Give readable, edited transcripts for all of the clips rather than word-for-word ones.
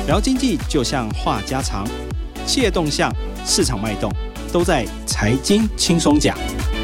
聊经济就像话家常，企业动向、市场脉动，都在财经轻松讲。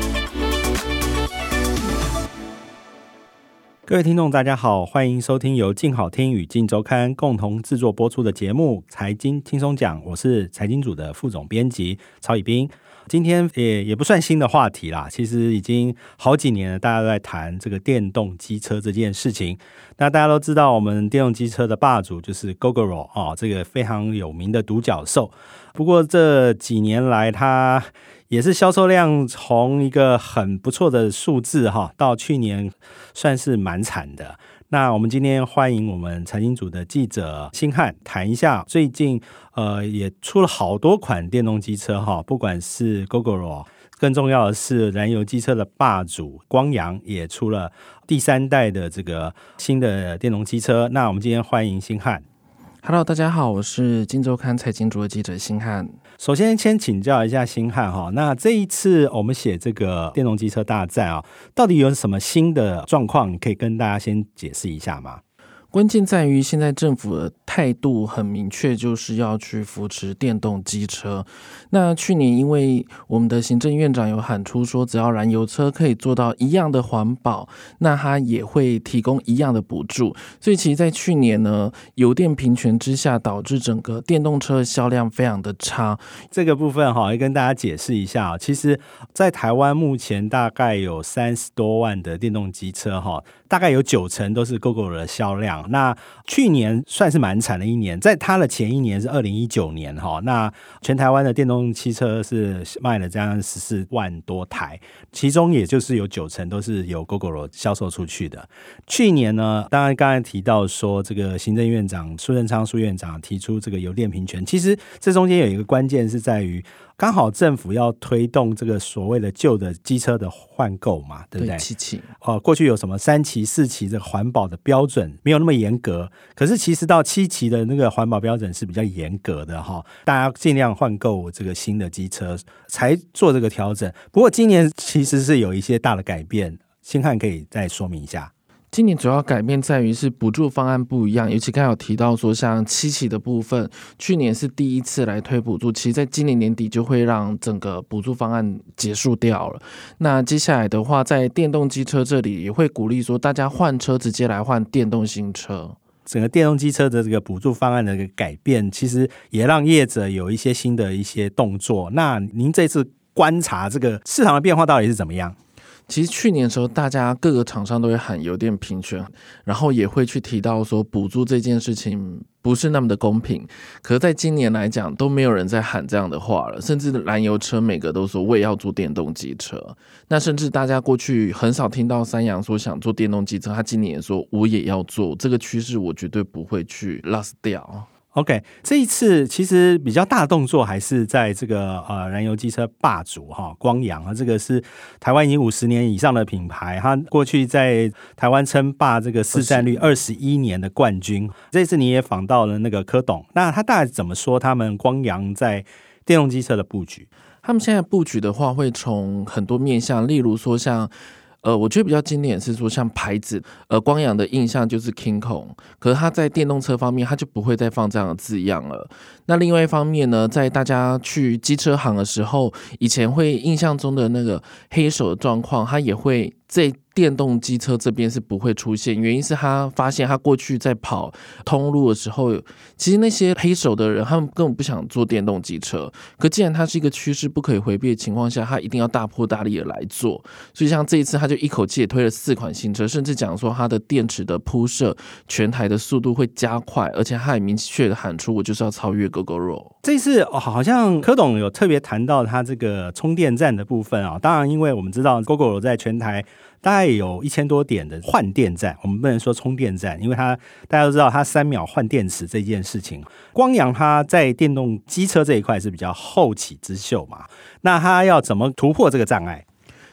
各位听众大家好，欢迎收听由静好听与静周刊共同制作播出的节目《财经轻松讲》，我是财经组的副总编辑曹以彬。今天也不算新的话题啦，其实已经好几年了，大家都在谈这个电动机车这件事情。那大家都知道，我们电动机车的霸主就是 Gogoro 这个非常有名的独角兽。不过这几年来，它也是销售量从一个很不错的数字到去年算是蛮惨的。那我们今天欢迎我们财经组的记者星汉谈一下最近也出了好多款电动机车不管是 Gogoro， 更重要的是燃油机车的霸主光阳也出了第3代的这个新的电动机车。那我们今天欢迎星汉。 Hello， 大家好，我是今周刊财经组的记者星汉。 首先请教一下星汉那这一次我们写这个电动机车大战到底有什么新的状况？你可以跟大家先解释一下吗？ 关键在于现在政府的态度很明确，就是要去扶持电动机车。那去年因为我们的行政院长有喊出说，只要燃油车可以做到一样的环保，那他也会提供一样的补助。所以其实在去年呢，油电平权之下，导致整个电动车的销量非常的差。 这个部分要跟大家解释一下其实在台湾目前大概有30多万的电动机车大概有90%都是 Gogoro 的销量。那去年算是蛮惨的一年，在它的前一年是2019年那全台湾的电动汽车是卖了这样14万多台，其中也就是有90%都是由 Gogoro 销售出去的。去年呢，当然刚才提到说这个行政院长苏贞昌苏院长提出这个油电平权，其实这中间有一个关键是在于刚好政府要推动这个所谓的旧的机车的换购嘛，对不对？ 对，7期过去有什么3期、4期这个环保的标准没有那么严格，可是其实到7期的那个环保标准是比较严格的大家尽量换购这个新的机车才做这个调整。不过今年其实是有一些大的改变，星汉可以再说明一下。 今年主要改变在于是补助方案不一样，尤其刚才有提到说像7期的部分，去年是第一次来推补助，其实在今年年底就会让整个补助方案结束掉了。那接下来的话，在电动机车这里也会鼓励说大家换车直接来换电动新车。 整个电动机车的这个补助方案的改变，其实也让业者有一些新的一些动作。那您这次观察这个市场的变化到底是怎么样？ 其实去年的时候，大家各个厂商都会喊油电平权，然后也会去提到说补助这件事情不是那么的公平。可是在今年来讲，都没有人在喊这样的话了，甚至燃油车每个都说我也要做电动机车。那甚至大家过去很少听到三洋说想做电动机车，他今年也说我也要做。这个趋势我绝对不会去 lost 掉。 OK， 这一次其实比较大的动作还是在这个燃油机车霸主光阳这个是台湾已经50年以上的品牌，它过去在台湾称霸这个市占率21年的冠军。这次你也访到了那个柯董，那他大概怎么说他们光阳在电动机车的布局？ 他们现在布局的话，会从很多面向，例如说像我觉得比较经典是说像牌子，光阳的印象就是 King Kong， 可是它在电动车方面，它就不会再放这样的字样了。那另外一方面呢，在大家去机车行的时候，以前会印象中的那个黑手的状况，它也会在电动机车这边是不会出现，原因是他发现他过去在跑通路的时候，其实那些黑手的人他们根本不想做电动机车，可既然它是一个趋势不可以回避的情况下，他一定要大破大立的来做。所以像这一次他就一口气也推了4款新车，甚至讲说他的电池的铺设全台的速度会加快，而且他也明确的喊出我就是要超越 Gogoro。 这次好像柯董有特别谈到他这个充电站的部分当然因为我们知道 Gogoro 在全台大概有1000多点的换电站，我们不能说充电站，因为大家都知道它3秒换电池这件事情。光阳它在电动机车这一块是比较后起之秀嘛，那它要怎么突破这个障碍？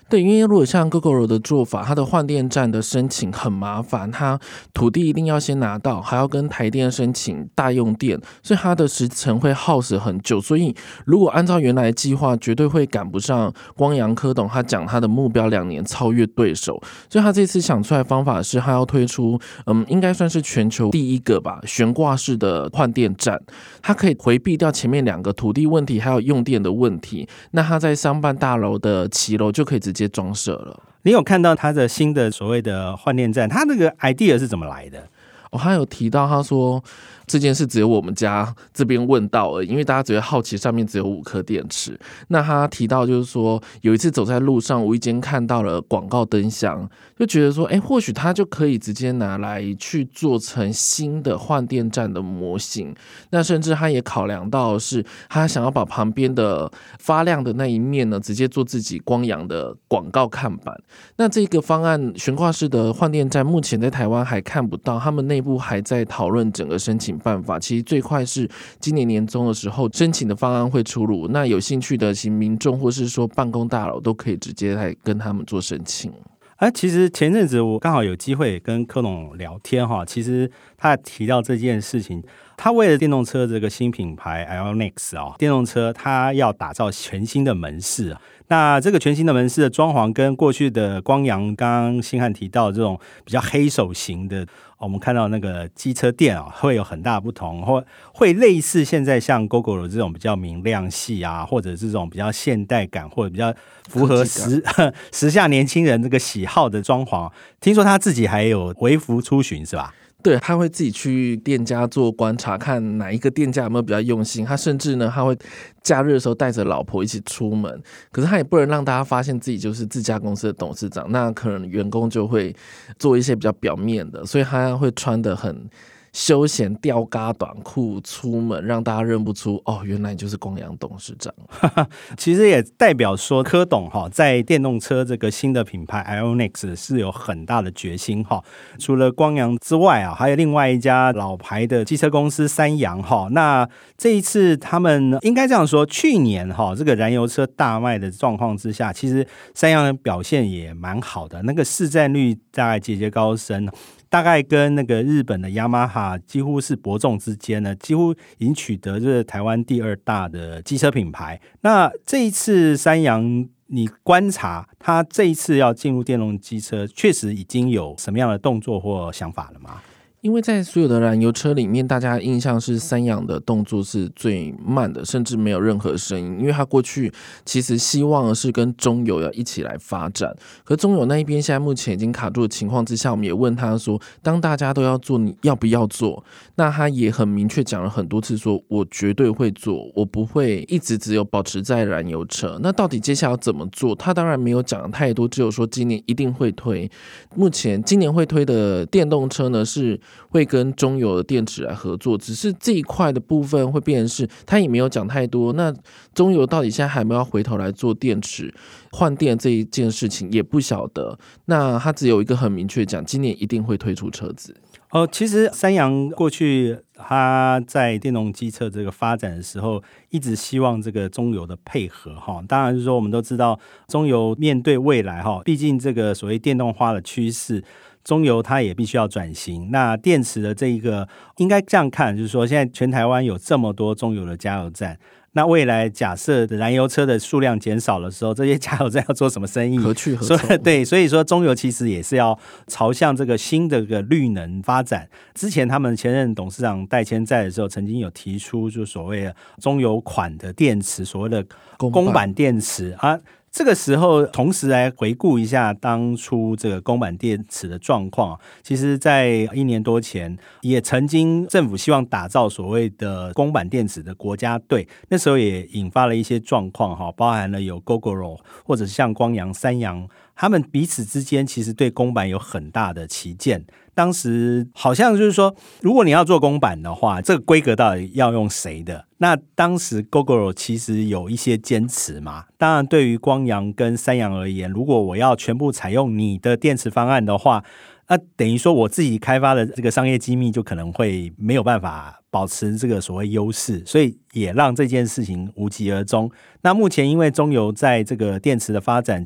对，因为如果像 Gogoro 的做法，它的换电站的申请很麻烦，它土地一定要先拿到，还要跟台电申请大用电，所以它的时程会耗时很久。所以如果按照原来的计划，绝对会赶不上光阳科董他讲他的目标2年超越对手。所以他这次想出来的方法是，他要推出应该算是全球第一个吧悬挂式的换电站，它可以回避掉前面2个土地问题还有用电的问题。那它在商办大楼的骑楼就可以直接装设了。 你有看到他的新的所谓的换电站，他那个 idea 是怎么来的？ 他有提到，他说这件事只有我们家这边问到而已，因为大家只会好奇上面只有5颗电池。那他提到就是说，有一次走在路上，无意间看到了广告灯箱，就觉得说，或许他就可以直接拿来去做成新的换电站的模型。那甚至他也考量到是，他想要把旁边的发亮的那一面呢，直接做自己光阳的广告看板。那这个方案悬挂式的换电站，目前在台湾还看不到，他们内部还在讨论整个申请办法。其实最快是今年年中的时候，申请的方案会出炉。那有兴趣的民众或是说办公大楼都可以直接来跟他们做申请。 其实前阵子我刚好有机会跟柯董聊天哈，其实他提到这件事情，他为了电动车这个新品牌 IONIQ 电动车他要打造全新的门市。那这个全新的门市的装潢跟过去的光阳刚刚星汉提到这种比较黑手型的，我们看到那个机车店会有很大的不同，或会类似现在像 Gogoro 这种比较明亮系或者是这种比较现代感或者比较符合时下年轻人这个喜好的装潢。听说他自己还有微服出巡是吧？ 对，他会自己去店家做观察，看哪一个店家有没有比较用心。他甚至呢，他会假日的时候带着老婆一起出门，可是他也不能让大家发现自己就是自家公司的董事长，那可能员工就会做一些比较表面的，所以他会穿得很休闲吊嘎短裤出门，让大家认不出原来就是光阳董事长。 其实也代表说柯董在电动车这个新的品牌 IONIQ 是有很大的决心。除了光阳之外还有另外一家老牌的机车公司三阳。那这一次他们应该这样说，去年这个燃油车大卖的状况之下，其实三阳的表现也蛮好的，那个市占率大概节节高升，大概跟那个日本的雅马哈几乎是伯仲之间呢，几乎已经取得这台湾第2大的机车品牌。那这一次三阳，你观察他这一次要进入电动机车，确实已经有什么样的动作或想法了吗？ 因为在所有的燃油车里面，大家的印象是三阳的动作是最慢的，甚至没有任何声音。因为他过去其实希望的是跟中油要一起来发展，可是中油那一边现在目前已经卡住的情况之下，我们也问他说，当大家都要做，你要不要做？那他也很明确讲了很多次说，我绝对会做，我不会一直只有保持在燃油车。那到底接下来要怎么做？他当然没有讲太多，只有说今年一定会推。目前今年会推的电动车呢，是会跟中油的电池来合作，只是这一块的部分会变成是他也没有讲太多。那中油到底现在还没有要回头来做电池换电这一件事情也不晓得。那他只有一个很明确讲，今年一定会推出车子。 其实三阳过去他在电动机车这个发展的时候，一直希望这个中油的配合当然是说我们都知道中油面对未来毕竟这个所谓电动化的趋势，中油它也必须要转型。那电池的这一个应该这样看，就是说现在全台湾有这么多中油的加油站，那未来假设燃油车的数量减少的时候，这些加油站要做什么生意？ 何去何从？ 对，所以说中油其实也是要朝向这个新的个绿能发展。之前他们前任董事长戴谦在的时候，曾经有提出就所谓的中油款的电池，所谓的公版电池啊。这个时候同时来回顾一下当初这个公版电池的状况，其实在1年多前也曾经政府希望打造所谓的公版电池的国家队，那时候也引发了一些状况，包含了有 Gogoro 或者像光阳、三阳，他们彼此之间其实对公版有很大的歧见。当时好像就是说，如果你要做公版的话，这个规格到底要用谁的？那当时 Gogoro 其实有一些坚持嘛。当然对于光阳跟三阳而言，如果我要全部采用你的电池方案的话，那等于说我自己开发的这个商业机密就可能会没有办法保持这个所谓优势，所以也让这件事情无疾而终。那目前因为中油在这个电池的发展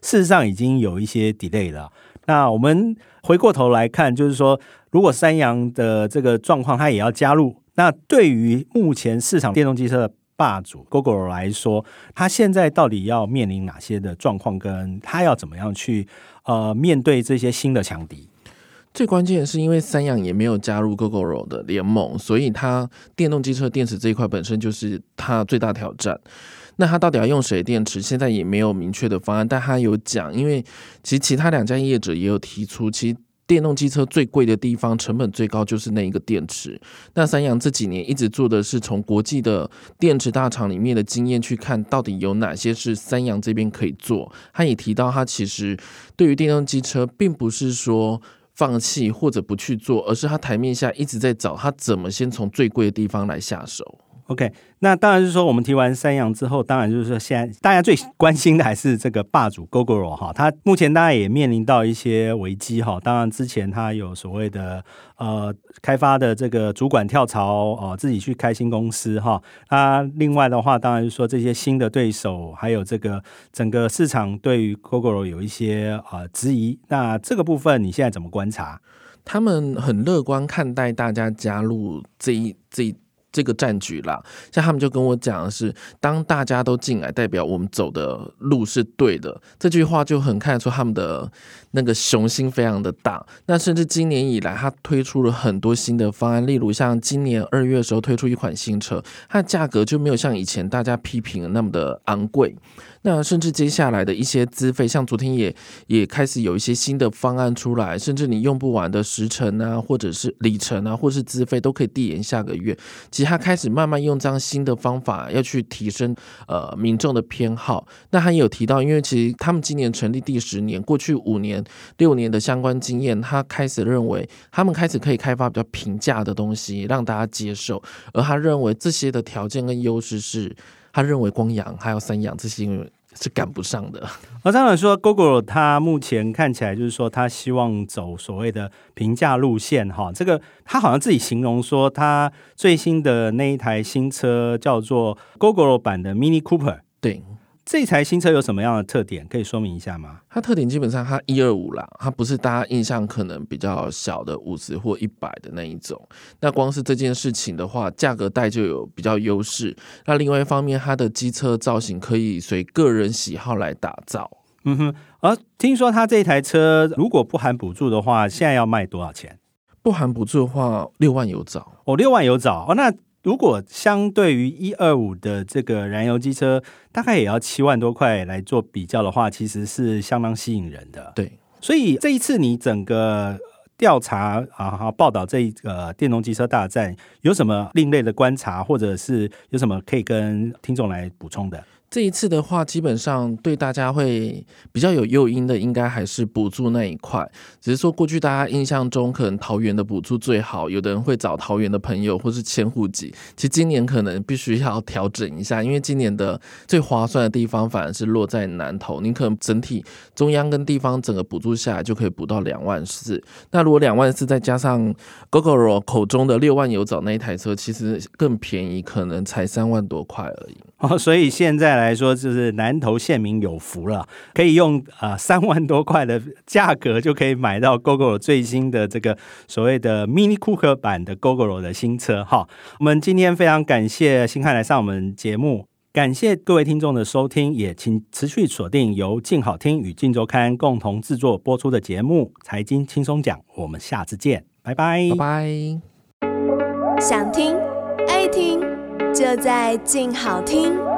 事实上已经有一些 delay 了。那我们回过头来看，就是说如果三阳的这个状况它也要加入，那对于目前市场电动机车的霸主 Gogoro 来说，他现在到底要面临哪些的状况，跟他要怎么样去面对这些新的强敌？ 最关键的是，因为三阳也没有加入 Gogoro 的联盟，所以它电动机车电池这一块本身就是它最大挑战。那它到底要用谁电池，现在也没有明确的方案，但它有讲，因为其实其他2家业者也有提出，其实电动机车最贵的地方，成本最高就是那一个电池。那三阳这几年一直做的是从国际的电池大厂里面的经验去看，到底有哪些是三阳这边可以做。他也提到，他其实对于电动机车，并不是说放弃或者不去做，而是他台面下一直在找他怎么先从最贵的地方来下手。 OK， 那当然是说我们提完三阳之后，当然就是说现在大家最关心的还是这个霸主 Gogoro 哈，它目前大家也面临到一些危机哈。当然之前它有所谓的开发的这个主管跳槽自己去开新公司哈。那另外的话，当然是说这些新的对手，还有这个整个市场对于 Gogoro 有一些质疑。那这个部分你现在怎么观察？ 他们很乐观看待大家加入这个战局啦，像他们就跟我讲的是，当大家都进来，代表我们走的路是对的。这句话就很看得出他们的那个雄心非常的大。那甚至今年以来，他推出了很多新的方案，例如像今年2月的时候推出一款新车，它的价格就没有像以前大家批评的那么的昂贵。那甚至接下来的一些资费，像昨天也开始有一些新的方案出来，甚至你用不完的时程啊，或者是里程啊，或是资费都可以递延下个月。其实他开始慢慢用这样新的方法要去提升民众的偏好。那他也有提到，因为其实他们今年成立第10年，过去5年、6年的相关经验，他开始认为他们开始可以开发比较平价的东西让大家接受，而他认为这些的条件跟优势是他认为光阳还有三阳这些是赶不上的。 当然说 Gogoro 他目前看起来就是说他希望走所谓的平价路线哈，这个他好像自己形容说他最新的那一台新车叫做 Gogoro 版的 Mini Cooper。 对， 这台新车有什么样的特点可以说明一下吗？ 它特点基本上它125啦，它不是大家印象可能比较小的50或100的那一种。那光是这件事情的话，价格带就有比较优势。那另外一方面，它的机车造型可以随个人喜好来打造。 听说它这台车如果不含补助的话，现在要卖多少钱？ 不含补助的话，6万有找。 6万有找那如果相对于125的这个燃油机车，大概也要7万多块来做比较的话，其实是相当吸引人的。 对， 所以这一次你整个调查报道这个电动机车大战，有什么另类的观察，或者是有什么可以跟听众来补充的？ 这一次的话，基本上对大家会比较有诱因的，应该还是补助那一块。只是说过去大家印象中，可能桃园的补助最好，有的人会找桃园的朋友或是迁户籍。其实今年可能必须要调整一下，因为今年的最划算的地方反而是落在南投，你可能整体中央跟地方整个补助下来就可以补到2万4。那如果2万4再加上 Gogoro 口中的6万有找那一台车，其实更便宜，可能才3万多块而已。 所以现在来说，就是南投县民有福了，可以用3万多块的价格就可以买到 Gogoro 最新的这个所谓的 Mini Cooper 版的 Gogoro 的新车哈。我们今天非常感谢星汉来上我们节目，感谢各位听众的收听，也请持续锁定由静好听与静周刊共同制作播出的节目《财经轻松讲》，我们下次见，拜拜， 拜拜。 想听爱听，就在静好听。